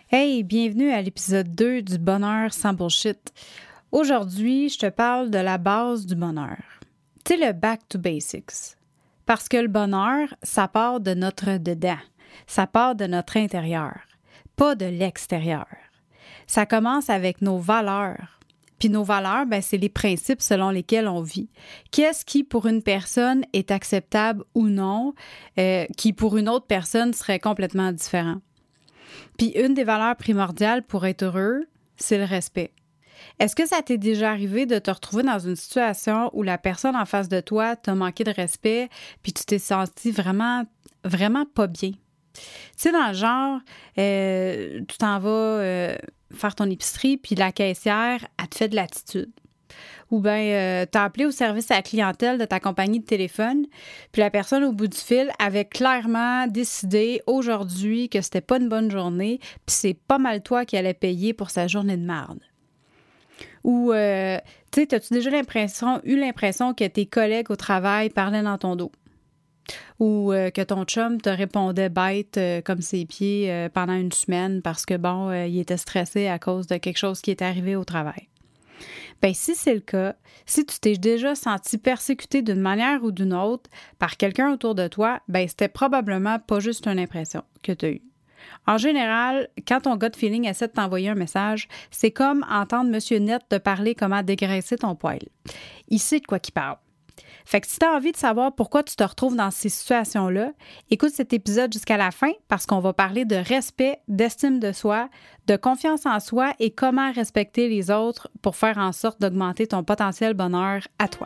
Hey, bienvenue à l'épisode 2 du Bonheur sans bullshit. Aujourd'hui, je te parle de la base du bonheur. Tu sais, le back to basics. Parce que le bonheur, ça part de notre dedans. Ça part de notre intérieur, pas de l'extérieur. Ça commence avec nos valeurs. Puis nos valeurs, c'est les principes selon lesquels on vit. Qu'est-ce qui, pour une personne, est acceptable ou non, qui, pour une autre personne, serait complètement différent. Puis une des valeurs primordiales pour être heureux, c'est le respect. Est-ce que ça t'est déjà arrivé de te retrouver dans une situation où la personne en face de toi t'a manqué de respect puis tu t'es senti vraiment, vraiment pas bien? Tu sais, dans le genre, tu t'en vas faire ton épicerie puis la caissière, elle te fait de l'attitude. Ou bien, tu as appelé au service à la clientèle de ta compagnie de téléphone, puis la personne au bout du fil avait clairement décidé aujourd'hui que c'était pas une bonne journée, puis c'est pas mal toi qui allais payer pour sa journée de marde. Ou, tu sais, as-tu déjà eu l'impression que tes collègues au travail parlaient dans ton dos? Ou que ton chum te répondait bête comme ses pieds pendant une semaine parce que, il était stressé à cause de quelque chose qui est arrivé au travail? Bien, si c'est le cas, si tu t'es déjà senti persécuté d'une manière ou d'une autre par quelqu'un autour de toi, c'était probablement pas juste une impression que tu as eue. En général, quand ton gut feeling essaie de t'envoyer un message, c'est comme entendre Monsieur Net te parler comment dégraisser ton poil. Il sait de quoi qu'il parle. Fait que si tu as envie de savoir pourquoi tu te retrouves dans ces situations-là, écoute cet épisode jusqu'à la fin parce qu'on va parler de respect, d'estime de soi, de confiance en soi et comment respecter les autres pour faire en sorte d'augmenter ton potentiel bonheur à toi.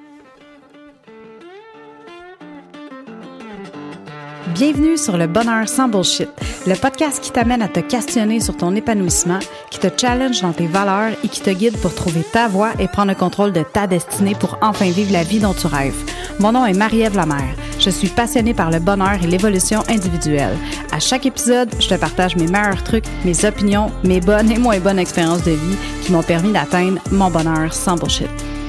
Bienvenue sur le Bonheur sans bullshit, le podcast qui t'amène à te questionner sur ton épanouissement, qui te challenge dans tes valeurs et qui te guide pour trouver ta voie et prendre le contrôle de ta destinée pour enfin vivre la vie dont tu rêves. Mon nom est Marie-Ève Lamère. Je suis passionnée par le bonheur et l'évolution individuelle. À chaque épisode, je te partage mes meilleurs trucs, mes opinions, mes bonnes et moins bonnes expériences de vie qui m'ont permis d'atteindre mon bonheur sans bullshit.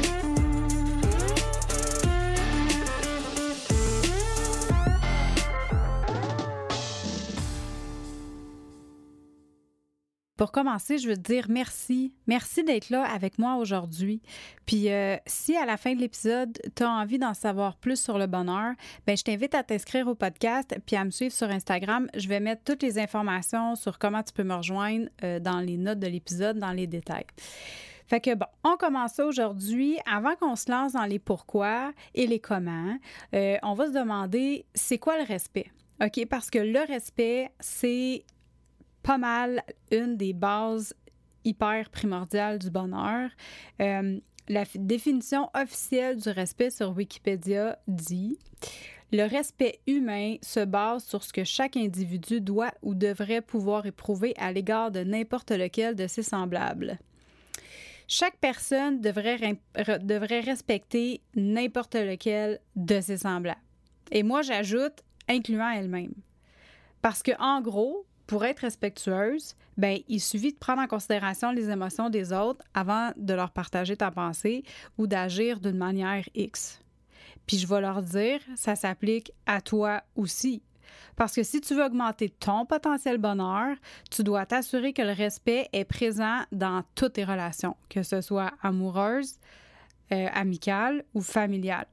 Pour commencer, je veux te dire merci. Merci d'être là avec moi aujourd'hui. Puis si à la fin de l'épisode, tu as envie d'en savoir plus sur le bonheur, je t'invite à t'inscrire au podcast puis à me suivre sur Instagram. Je vais mettre toutes les informations sur comment tu peux me rejoindre dans les notes de l'épisode, dans les détails. Fait que on commence ça aujourd'hui. Avant qu'on se lance dans les pourquoi et les comment, on va se demander c'est quoi le respect? OK? Parce que le respect, c'est pas mal une des bases hyper primordiales du bonheur. La définition officielle du respect sur Wikipédia dit « Le respect humain se base sur ce que chaque individu doit ou devrait pouvoir éprouver à l'égard de n'importe lequel de ses semblables. Chaque personne devrait respecter n'importe lequel de ses semblables. » Et moi, j'ajoute « incluant elle-même ». Parce que en gros, pour être respectueuse, il suffit de prendre en considération les émotions des autres avant de leur partager ta pensée ou d'agir d'une manière X. Puis je vais leur dire, ça s'applique à toi aussi. Parce que si tu veux augmenter ton potentiel bonheur, tu dois t'assurer que le respect est présent dans toutes tes relations, que ce soit amoureuse, amicale ou familiale.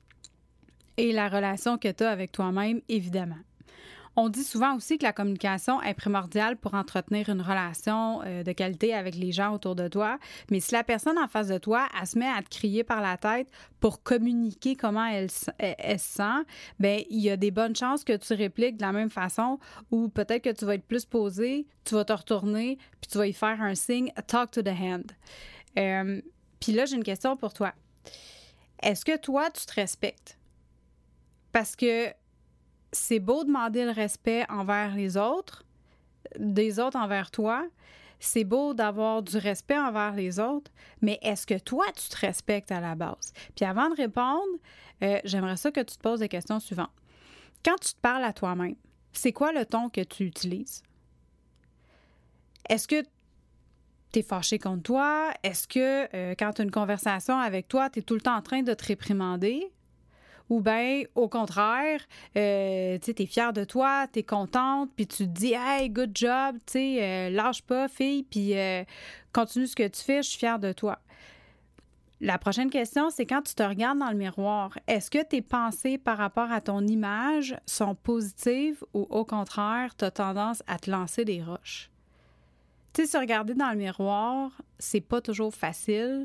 Et la relation que tu as avec toi-même, évidemment. On dit souvent aussi que la communication est primordiale pour entretenir une relation de qualité avec les gens autour de toi. Mais si la personne en face de toi, elle se met à te crier par la tête pour communiquer comment elle se sent, il y a des bonnes chances que tu répliques de la même façon ou peut-être que tu vas être plus posé, tu vas te retourner puis tu vas y faire un signe « talk to the hand ». Puis là, j'ai une question pour toi. Est-ce que toi, tu te respectes? Parce que c'est beau demander le respect envers les autres, des autres envers toi. C'est beau d'avoir du respect envers les autres, mais est-ce que toi, tu te respectes à la base? Puis avant de répondre, j'aimerais ça que tu te poses les questions suivantes. Quand tu te parles à toi-même, c'est quoi le ton que tu utilises? Est-ce que tu es fâché contre toi? Est-ce que quand tu as une conversation avec toi, tu es tout le temps en train de te réprimander? ou bien au contraire, tu sais, t'es fière de toi, t'es contente, puis tu te dis « Hey, good job, tu sais, lâche pas, fille, puis continue ce que tu fais, je suis fière de toi. » La prochaine question, c'est quand tu te regardes dans le miroir, est-ce que tes pensées par rapport à ton image sont positives ou au contraire, tu as tendance à te lancer des roches? Tu sais, se regarder dans le miroir, c'est pas toujours facile.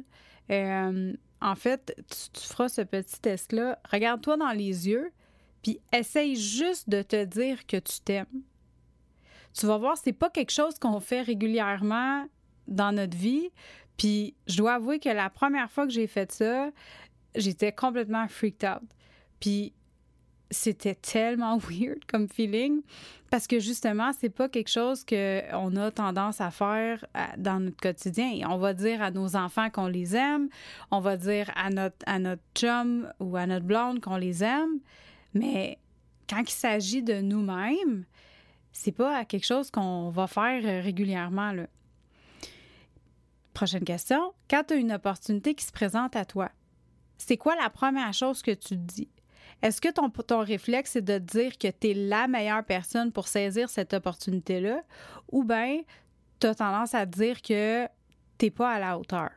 En fait, tu feras ce petit test-là. Regarde-toi dans les yeux, puis essaye juste de te dire que tu t'aimes. Tu vas voir, c'est pas quelque chose qu'on fait régulièrement dans notre vie. Puis je dois avouer que la première fois que j'ai fait ça, j'étais complètement freaked out. Puis c'était tellement weird comme feeling parce que justement, c'est pas quelque chose qu'on a tendance à faire dans notre quotidien. Et on va dire à nos enfants qu'on les aime, on va dire à notre chum ou à notre blonde qu'on les aime, mais quand il s'agit de nous-mêmes, c'est pas quelque chose qu'on va faire régulièrement, là. Prochaine question. Quand tu as une opportunité qui se présente à toi, c'est quoi la première chose que tu te dis? Est-ce que ton réflexe, c'est de te dire que tu es la meilleure personne pour saisir cette opportunité-là? Ou bien, tu as tendance à te dire que tu n'es pas à la hauteur?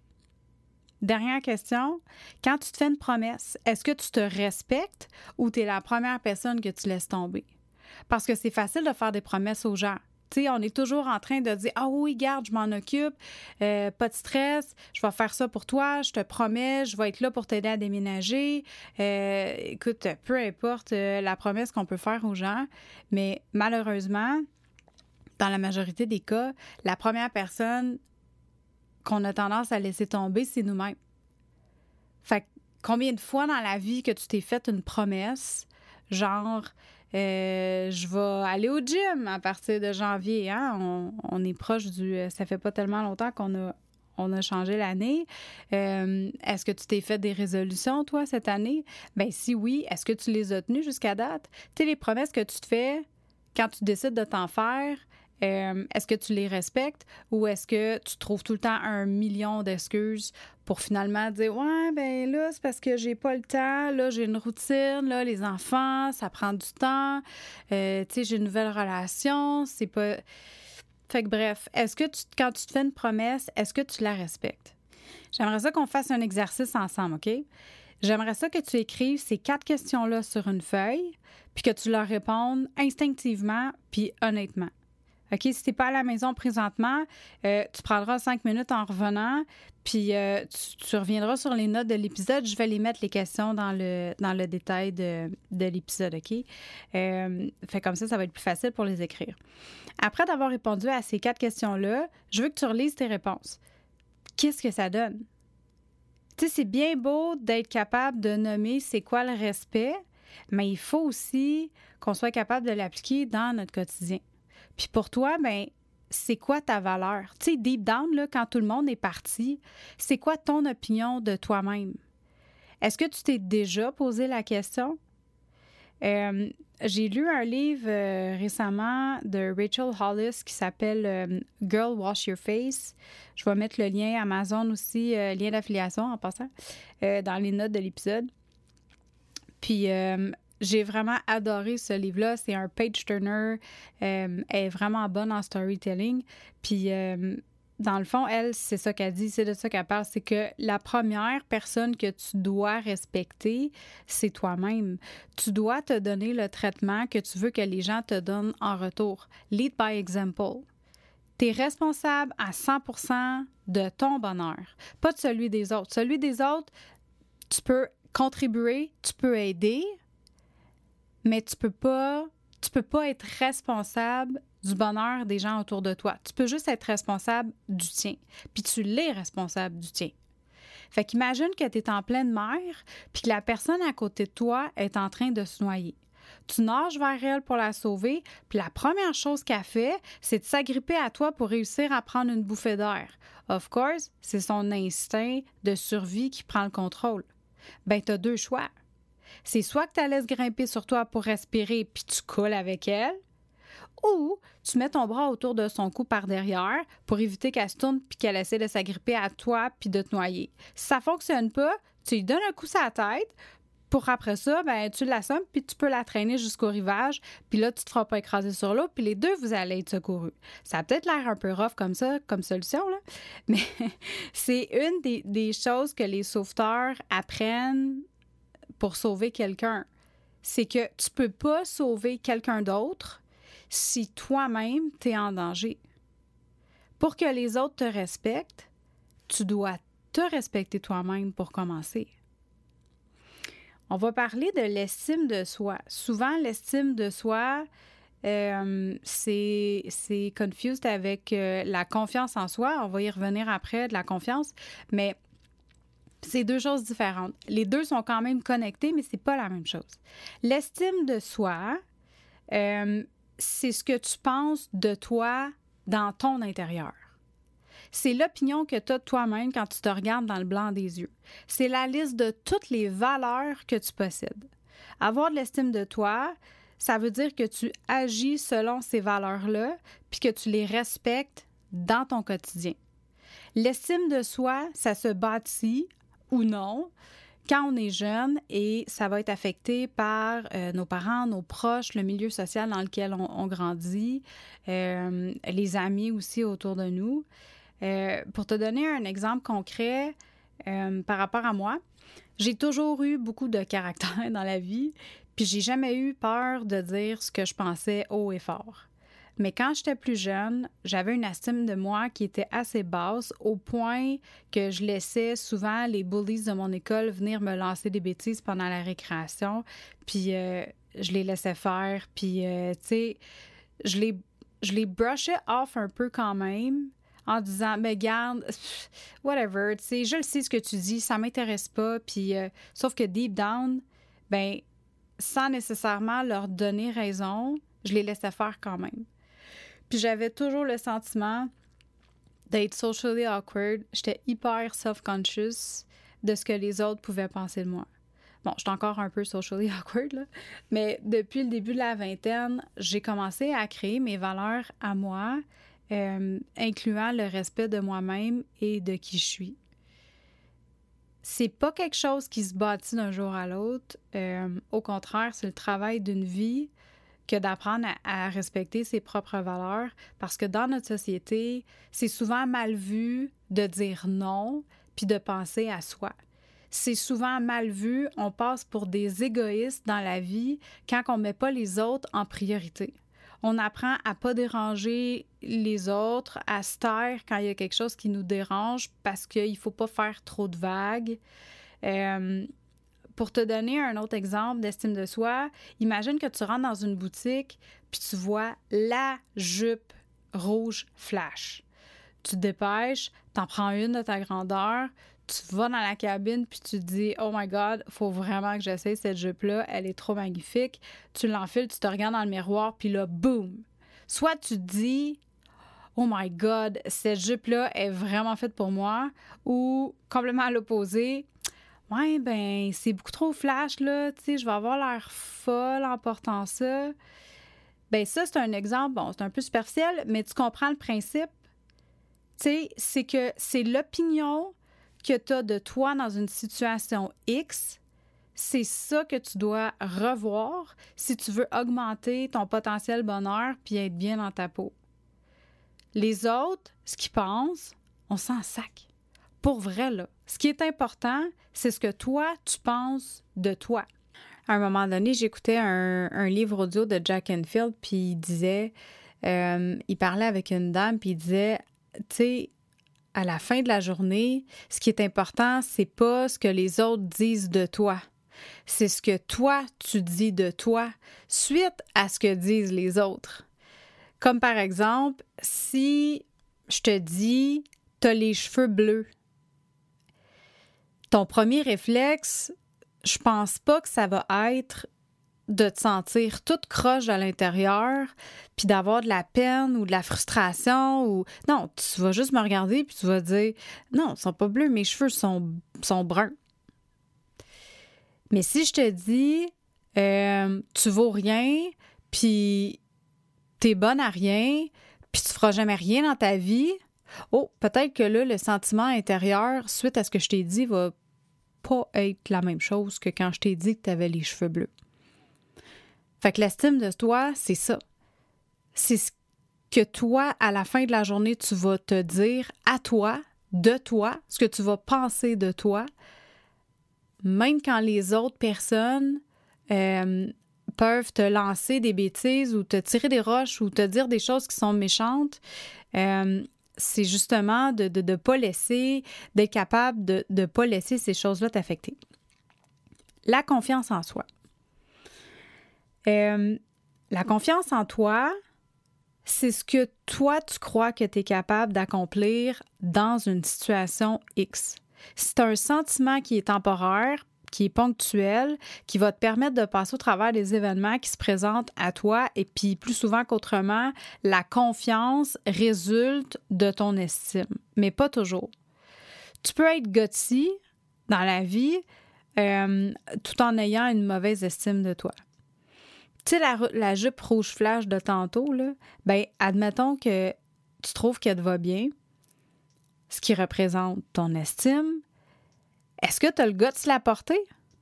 Dernière question. Quand tu te fais une promesse, est-ce que tu te respectes ou tu es la première personne que tu laisses tomber? Parce que c'est facile de faire des promesses aux gens. Tu sais, on est toujours en train de dire « Ah oui, garde, je m'en occupe, pas de stress, je vais faire ça pour toi, je te promets, je vais être là pour t'aider à déménager. » Écoute, peu importe la promesse qu'on peut faire aux gens, mais malheureusement, dans la majorité des cas, la première personne qu'on a tendance à laisser tomber, c'est nous-mêmes. Fait que combien de fois dans la vie que tu t'es fait une promesse, genre... je vais aller au gym à partir de janvier. Hein? On est proche du... Ça fait pas tellement longtemps on a changé l'année. Est-ce que tu t'es fait des résolutions, toi, cette année? Bien, si oui, est-ce que tu les as tenues jusqu'à date? Tu sais, les promesses que tu te fais, quand tu décides de t'en faire, est-ce que tu les respectes ou est-ce que tu trouves tout le temps 1 million d'excuses pour finalement dire « Ouais, ben là, c'est parce que j'ai pas le temps, là, j'ai une routine, là, les enfants, ça prend du temps, tu sais, j'ai une nouvelle relation, c'est pas... » Fait que bref, est-ce que quand tu te fais une promesse, est-ce que tu la respectes? J'aimerais ça qu'on fasse un exercice ensemble, OK? J'aimerais ça que tu écrives ces 4 questions-là sur une feuille puis que tu leur répondes instinctivement puis honnêtement. OK, si tu n'es pas à la maison présentement, tu prendras 5 minutes en revenant, puis tu reviendras sur les notes de l'épisode. Je vais les mettre, les questions, dans le détail de l'épisode, OK? Fait comme ça va être plus facile pour les écrire. Après d'avoir répondu à ces 4 questions-là, je veux que tu relises tes réponses. Qu'est-ce que ça donne? Tu sais, c'est bien beau d'être capable de nommer c'est quoi le respect, mais il faut aussi qu'on soit capable de l'appliquer dans notre quotidien. Puis pour toi, bien, c'est quoi ta valeur? Tu sais, deep down, là, quand tout le monde est parti, c'est quoi ton opinion de toi-même? Est-ce que tu t'es déjà posé la question? J'ai lu un livre récemment de Rachel Hollis qui s'appelle Girl Wash Your Face. Je vais mettre le lien Amazon aussi, lien d'affiliation en passant, dans les notes de l'épisode. Puis... j'ai vraiment adoré ce livre-là. C'est un page-turner. Elle est vraiment bonne en storytelling. Puis, dans le fond, elle, c'est ça qu'elle dit, c'est de ça qu'elle parle. C'est que la première personne que tu dois respecter, c'est toi-même. Tu dois te donner le traitement que tu veux que les gens te donnent en retour. Lead by example. Tu es responsable à 100% de ton bonheur, pas de celui des autres. Celui des autres, tu peux contribuer, tu peux aider, mais tu peux pas être responsable du bonheur des gens autour de toi. Tu peux juste être responsable du tien. Puis tu l'es responsable du tien. Fait qu'imagine que tu es en pleine mer, puis que la personne à côté de toi est en train de se noyer. Tu nages vers elle pour la sauver, puis la première chose qu'elle fait, c'est de s'agripper à toi pour réussir à prendre une bouffée d'air. Of course, c'est son instinct de survie qui prend le contrôle. Ben, tu as 2 choix. C'est soit que tu la laisses grimper sur toi pour respirer puis tu coules avec elle, ou tu mets ton bras autour de son cou par derrière pour éviter qu'elle se tourne puis qu'elle essaie de s'agripper à toi puis de te noyer. Si ça fonctionne pas, tu lui donnes un coup sur la tête pour après ça, ben tu l'assommes, puis tu peux la traîner jusqu'au rivage, puis là, tu te feras pas écraser sur l'eau, puis les deux, vous allez être secourus. Ça a peut-être l'air un peu rough comme ça, comme solution, là, mais c'est une des choses que les sauveteurs apprennent pour sauver quelqu'un. C'est que tu peux pas sauver quelqu'un d'autre si toi-même, tu es en danger. Pour que les autres te respectent, tu dois te respecter toi-même pour commencer. On va parler de l'estime de soi. Souvent, l'estime de soi, c'est confused avec la confiance en soi. On va y revenir après, de la confiance, mais c'est deux choses différentes. Les deux sont quand même connectés, mais c'est pas la même chose. L'estime de soi, c'est ce que tu penses de toi dans ton intérieur. C'est l'opinion que tu as de toi-même quand tu te regardes dans le blanc des yeux. C'est la liste de toutes les valeurs que tu possèdes. Avoir de l'estime de toi, ça veut dire que tu agis selon ces valeurs-là, puis que tu les respectes dans ton quotidien. L'estime de soi, ça se bâtit ou non quand on est jeune et ça va être affecté par nos parents, nos proches, le milieu social dans lequel on grandit, les amis aussi autour de nous. Pour te donner un exemple concret par rapport à moi, j'ai toujours eu beaucoup de caractère dans la vie, puis j'ai jamais eu peur de dire ce que je pensais haut et fort. Mais quand j'étais plus jeune, j'avais une estime de moi qui était assez basse au point que je laissais souvent les bullies de mon école venir me lancer des bêtises pendant la récréation, puis je les laissais faire, puis tu sais, je les brushais off un peu quand même, en disant, mais garde, whatever, tu sais, je le sais ce que tu dis, ça m'intéresse pas, puis sauf que deep down, ben sans nécessairement leur donner raison, je les laissais faire quand même. Puis j'avais toujours le sentiment d'être socially awkward. J'étais hyper self-conscious de ce que les autres pouvaient penser de moi. Bon, j'étais encore un peu socially awkward, là, mais depuis le début de la vingtaine, j'ai commencé à créer mes valeurs à moi, incluant le respect de moi-même et de qui je suis. C'est pas quelque chose qui se bâtit d'un jour à l'autre. Au contraire, c'est le travail d'une vie que d'apprendre à respecter ses propres valeurs, parce que dans notre société, c'est souvent mal vu de dire non puis de penser à soi. C'est souvent mal vu, on passe pour des égoïstes dans la vie quand on ne met pas les autres en priorité. On apprend à ne pas déranger les autres, à se taire quand il y a quelque chose qui nous dérange parce qu'il ne faut pas faire trop de vagues. Pour te donner un autre exemple d'estime de soi, imagine que tu rentres dans une boutique puis tu vois la jupe rouge flash. Tu te dépêches, t'en prends une de ta grandeur, tu vas dans la cabine puis tu te dis « Oh my God, faut vraiment que j'essaie cette jupe-là, elle est trop magnifique. » Tu l'enfiles, tu te regardes dans le miroir puis là, boum! Soit tu te dis « Oh my God, cette jupe-là est vraiment faite pour moi. » ou complètement à l'opposé, « Ouais, ben c'est beaucoup trop flash, là, tu sais, je vais avoir l'air folle en portant ça. » Ben ça, c'est un exemple, bon, c'est un peu superficiel, mais tu comprends le principe. Tu sais, c'est que c'est l'opinion que tu as de toi dans une situation X, c'est ça que tu dois revoir si tu veux augmenter ton potentiel bonheur puis être bien dans ta peau. Les autres, ce qu'ils pensent, on s'en sac. Pour vrai, là, ce qui est important, c'est ce que toi, tu penses de toi. À un moment donné, j'écoutais un livre audio de Jack Canfield, puis il disait, il parlait avec une dame, puis il disait, tu sais, à la fin de la journée, ce qui est important, c'est pas ce que les autres disent de toi. C'est ce que toi, tu dis de toi, suite à ce que disent les autres. Comme par exemple, si je te dis, t'as les cheveux bleus, ton premier réflexe, je pense pas que ça va être de te sentir toute croche à l'intérieur, puis d'avoir de la peine ou de la frustration. Ou non, tu vas juste me regarder puis tu vas dire « Non, ils sont pas bleus, mes cheveux sont bruns. » Mais si je te dis tu vaux rien, puis t'es bonne à rien, puis tu feras jamais rien dans ta vie, oh, peut-être que là, le sentiment intérieur, suite à ce que je t'ai dit, va pas être la même chose que quand je t'ai dit que tu avais les cheveux bleus. Fait que l'estime de toi, c'est ça. C'est ce que toi, à la fin de la journée, tu vas te dire à toi, de toi, ce que tu vas penser de toi, même quand les autres personnes peuvent te lancer des bêtises ou te tirer des roches ou te dire des choses qui sont méchantes. C'est justement de ne pas laisser, d'être capable de ne pas laisser ces choses-là t'affecter. La confiance en soi. La confiance en toi, c'est ce que toi, tu crois que tu es capable d'accomplir dans une situation X. C'est un sentiment qui est temporaire, qui est ponctuel, qui va te permettre de passer au travers des événements qui se présentent à toi et puis plus souvent qu'autrement, la confiance résulte de ton estime, mais pas toujours. Tu peux être gutsy dans la vie tout en ayant une mauvaise estime de toi. Tu sais, la jupe rouge flash de tantôt, là, ben admettons que tu trouves qu'elle te va bien, ce qui représente ton estime. Est-ce que tu as le goût de se la porter?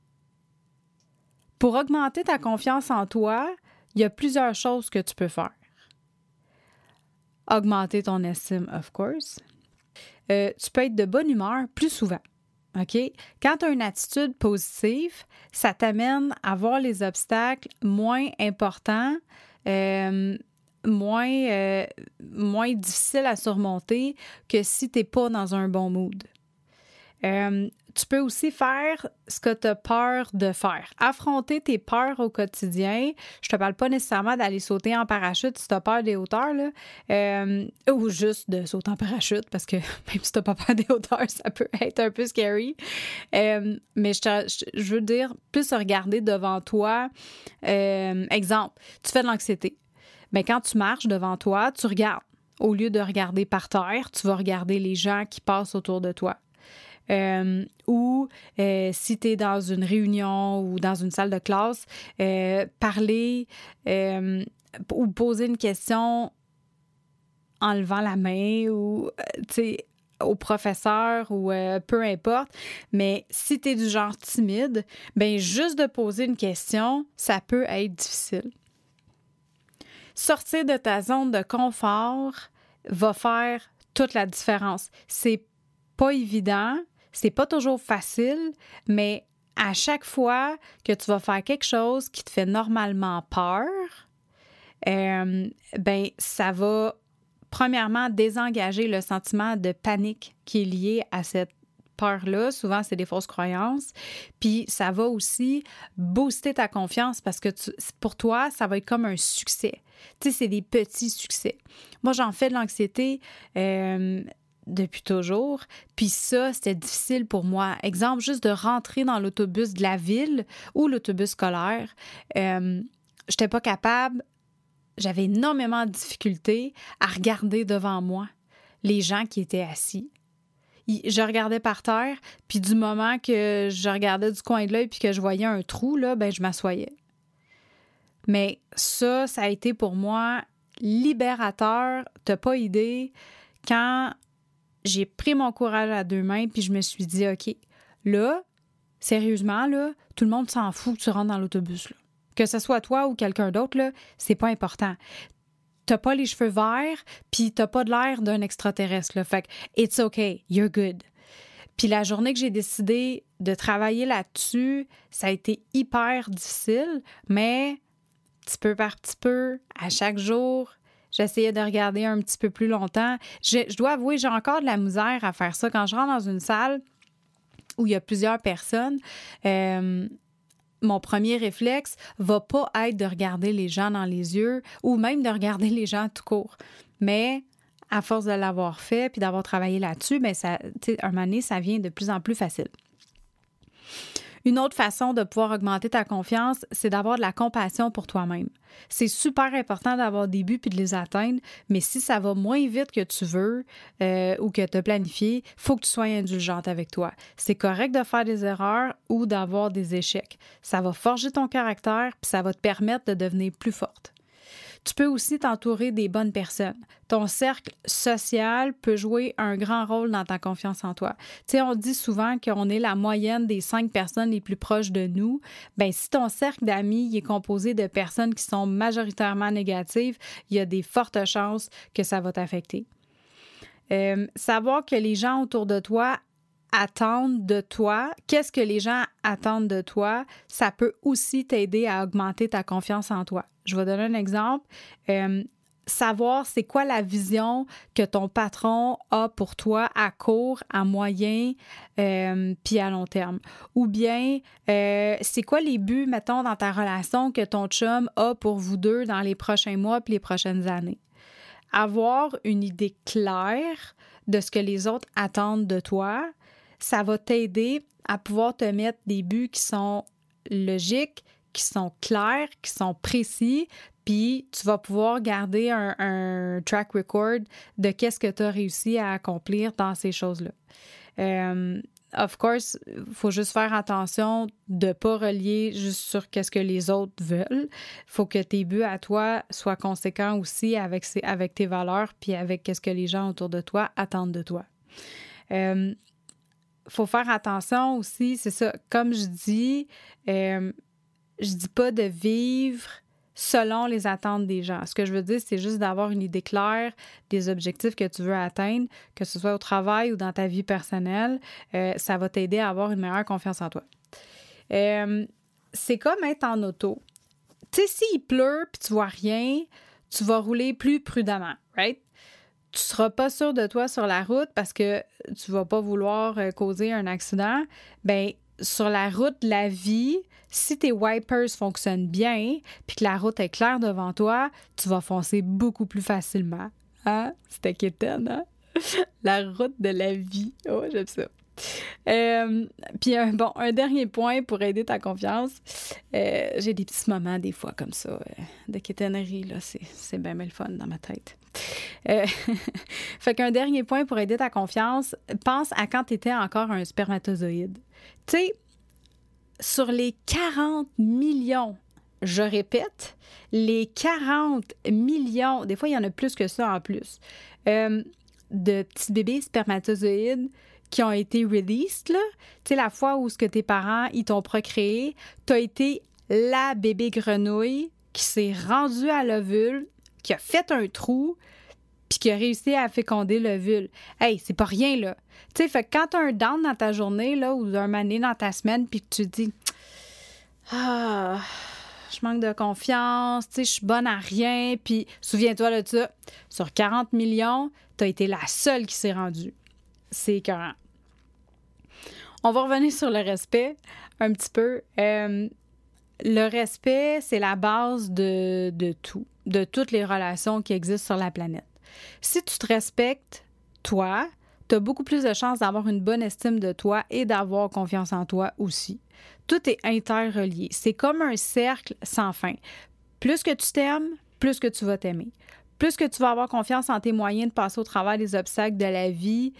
Pour augmenter ta confiance en toi, il y a plusieurs choses que tu peux faire. Augmenter ton estime, of course. Tu peux être de bonne humeur plus souvent. OK? Quand tu as une attitude positive, ça t'amène à voir les obstacles moins importants, moins difficiles à surmonter que si tu n'es pas dans un bon mood. Tu peux aussi faire ce que tu as peur de faire. Affronter tes peurs au quotidien. Je te parle pas nécessairement d'aller sauter en parachute si tu as peur des hauteurs, là, ou juste de sauter en parachute, parce que même si tu n'as pas peur des hauteurs, ça peut être un peu scary. Mais je veux dire, plus regarder devant toi. Exemple, tu fais de l'anxiété. Bien, quand tu marches devant toi, tu regardes. Au lieu de regarder par terre, tu vas regarder les gens qui passent autour de toi. Ou si tu es dans une réunion ou dans une salle de classe, parler ou poser une question en levant la main ou au professeur ou peu importe. Mais si tu es du genre timide, bien juste de poser une question, ça peut être difficile. Sortir de ta zone de confort va faire toute la différence. C'est pas évident. C'est pas toujours facile, mais à chaque fois que tu vas faire quelque chose qui te fait normalement peur, ben ça va premièrement désengager le sentiment de panique qui est lié à cette peur-là. Souvent, c'est des fausses croyances. Puis ça va aussi booster ta confiance parce que pour toi, ça va être comme un succès. Tu sais, c'est des petits succès. Moi, j'en fais de l'anxiété depuis toujours. Puis ça, c'était difficile pour moi. Exemple, juste de rentrer dans l'autobus de la ville ou l'autobus scolaire. J'étais pas capable. J'avais énormément de difficultés à regarder devant moi les gens qui étaient assis. Je regardais par terre, puis du moment que je regardais du coin de l'œil puis que je voyais un trou, là, ben je m'assoyais. Mais ça a été pour moi libérateur. T'as pas idée quand j'ai pris mon courage à deux mains puis je me suis dit, OK, là, sérieusement, là, tout le monde s'en fout que tu rentres dans l'autobus, là. Que ce soit toi ou quelqu'un d'autre, là, c'est pas important. T'as pas les cheveux verts puis t'as pas de l'air d'un extraterrestre, là. Fait que it's okay, you're good. Puis la journée que j'ai décidé de travailler là-dessus, ça a été hyper difficile, mais petit peu par petit peu, à chaque jour, j'essayais de regarder un petit peu plus longtemps. Je dois avouer, j'ai encore de la misère à faire ça. Quand je rentre dans une salle où il y a plusieurs personnes, mon premier réflexe va pas être de regarder les gens dans les yeux ou même de regarder les gens tout court. Mais à force de l'avoir fait puis d'avoir travaillé là-dessus, bien, ça, un moment donné, ça vient de plus en plus facile. Une autre façon de pouvoir augmenter ta confiance, c'est d'avoir de la compassion pour toi-même. C'est super important d'avoir des buts puis de les atteindre, mais si ça va moins vite que tu veux ou que tu as planifié, il faut que tu sois indulgente avec toi. C'est correct de faire des erreurs ou d'avoir des échecs. Ça va forger ton caractère puis ça va te permettre de devenir plus forte. Tu peux aussi t'entourer des bonnes personnes. Ton cercle social peut jouer un grand rôle dans ta confiance en toi. Tu sais, on dit souvent qu'on est la moyenne des 5 personnes les plus proches de nous. Bien, si ton cercle d'amis est composé de personnes qui sont majoritairement négatives, il y a des fortes chances que ça va t'affecter. Savoir que les gens autour de toi attendent de toi, qu'est-ce que les gens attendent de toi, ça peut aussi t'aider à augmenter ta confiance en toi. Je vais donner un exemple. Savoir c'est quoi la vision que ton patron a pour toi à court, à moyen, puis à long terme. Ou bien, c'est quoi les buts, mettons, dans ta relation que ton chum a pour vous deux dans les prochains mois puis les prochaines années. Avoir une idée claire de ce que les autres attendent de toi, ça va t'aider à pouvoir te mettre des buts qui sont logiques, qui sont clairs, qui sont précis, puis tu vas pouvoir garder un track record de qu'est-ce que tu as réussi à accomplir dans ces choses-là. Of course, il faut juste faire attention de ne pas relier juste sur qu'est-ce que les autres veulent. Il faut que tes buts à toi soient conséquents aussi avec tes valeurs puis avec qu'est-ce que les gens autour de toi attendent de toi. Faut faire attention aussi, c'est ça, comme je dis pas de vivre selon les attentes des gens. Ce que je veux dire, c'est juste d'avoir une idée claire des objectifs que tu veux atteindre, que ce soit au travail ou dans ta vie personnelle. Ça va t'aider à avoir une meilleure confiance en toi. C'est comme être en auto. Tu sais, s'il pleut puis tu vois rien, tu vas rouler plus prudemment, right? Tu ne seras pas sûr de toi sur la route parce que tu ne vas pas vouloir causer un accident. Bien, sur la route de la vie, si tes wipers fonctionnent bien puis que la route est claire devant toi, tu vas foncer beaucoup plus facilement. Hein? C'était quétaine, hein? La route de la vie. Oh, j'aime ça. Puis un dernier point pour aider ta confiance. J'ai des petits moments des fois comme ça de quétainerie, là. C'est bien le fun dans ma tête. Fait qu'un dernier point pour aider ta confiance, pense à quand tu étais encore un spermatozoïde. Tu sais, sur les 40 millions, je répète, les 40 millions, des fois il y en a plus que ça en plus, de petits bébés spermatozoïdes qui ont été released, là. Tu sais, la fois où tes parents, ils t'ont procréé, tu as été la bébé grenouille qui s'est rendue à l'ovule, qui a fait un trou, puis qui a réussi à féconder l'ovule. Hey, c'est pas rien, là. Tu sais, fait que quand t'as un down dans ta journée, là, ou un mané dans ta semaine, puis que tu te dis « Ah, je manque de confiance, tu sais, je suis bonne à rien. » Puis souviens-toi de ça, sur 40 millions, t'as été la seule qui s'est rendue. C'est écœurant. On va revenir sur le respect un petit peu. Le respect, c'est la base de tout, de toutes les relations qui existent sur la planète. Si tu te respectes, toi, tu as beaucoup plus de chances d'avoir une bonne estime de toi et d'avoir confiance en toi aussi. Tout est interrelié. C'est comme un cercle sans fin. Plus que tu t'aimes, plus que tu vas t'aimer. Plus que tu vas avoir confiance en tes moyens de passer au travers des obstacles de la vie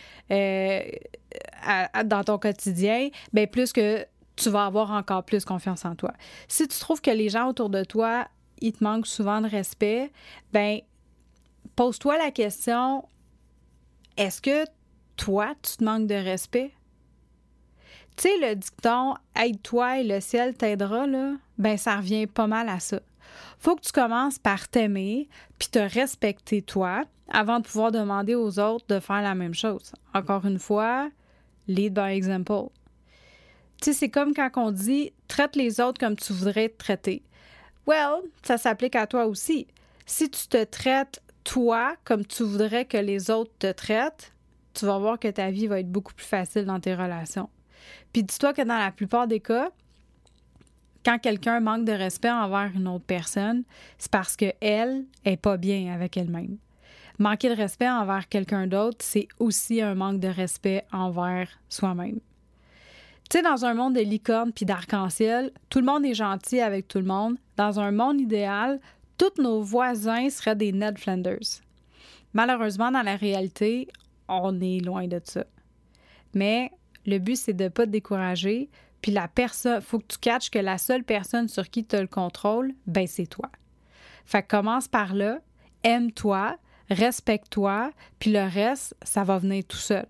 dans ton quotidien, bien plus que tu vas avoir encore plus confiance en toi. Si tu trouves que les gens autour de toi, ils te manquent souvent de respect, bien, pose-toi la question, est-ce que toi, tu te manques de respect? Tu sais, le dicton « aide-toi et le ciel t'aidera », là, ben ça revient pas mal à ça. Faut que tu commences par t'aimer puis te respecter toi avant de pouvoir demander aux autres de faire la même chose. Encore une fois, lead by example. Tu sais, c'est comme quand on dit « traite les autres comme tu voudrais être traité ». Well, ça s'applique à toi aussi. Si tu te traites toi comme tu voudrais que les autres te traitent, tu vas voir que ta vie va être beaucoup plus facile dans tes relations. Puis dis-toi que dans la plupart des cas, quand quelqu'un manque de respect envers une autre personne, c'est parce qu'elle n'est pas bien avec elle-même. Manquer de respect envers quelqu'un d'autre, c'est aussi un manque de respect envers soi-même. Tu sais, dans un monde de licorne puis d'arc-en-ciel, tout le monde est gentil avec tout le monde. Dans un monde idéal, tous nos voisins seraient des Ned Flanders. Malheureusement, dans la réalité, on est loin de ça. Mais le but, c'est de ne pas te décourager. Puis il faut que tu catches que la seule personne sur qui tu as le contrôle, ben c'est toi. Fait que commence par là, aime-toi, respecte-toi, puis le reste, ça va venir tout seul.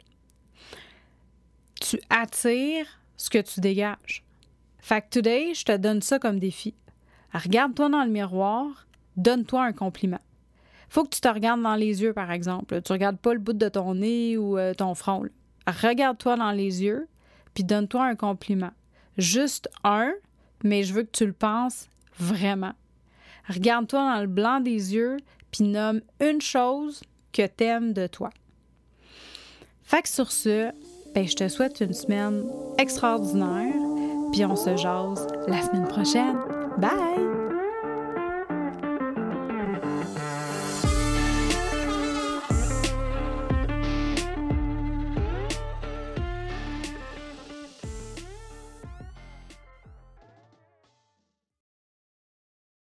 Tu attires ce que tu dégages. Fait que today, je te donne ça comme défi. Regarde-toi dans le miroir, donne-toi un compliment. Faut que tu te regardes dans les yeux, par exemple. Tu regardes pas le bout de ton nez ou ton front. Là. Regarde-toi dans les yeux, puis donne-toi un compliment. Juste un, mais je veux que tu le penses vraiment. Regarde-toi dans le blanc des yeux, puis nomme une chose que t'aimes de toi. Fait que sur ce, je te souhaite une semaine extraordinaire, puis on se jase la semaine prochaine. Bye!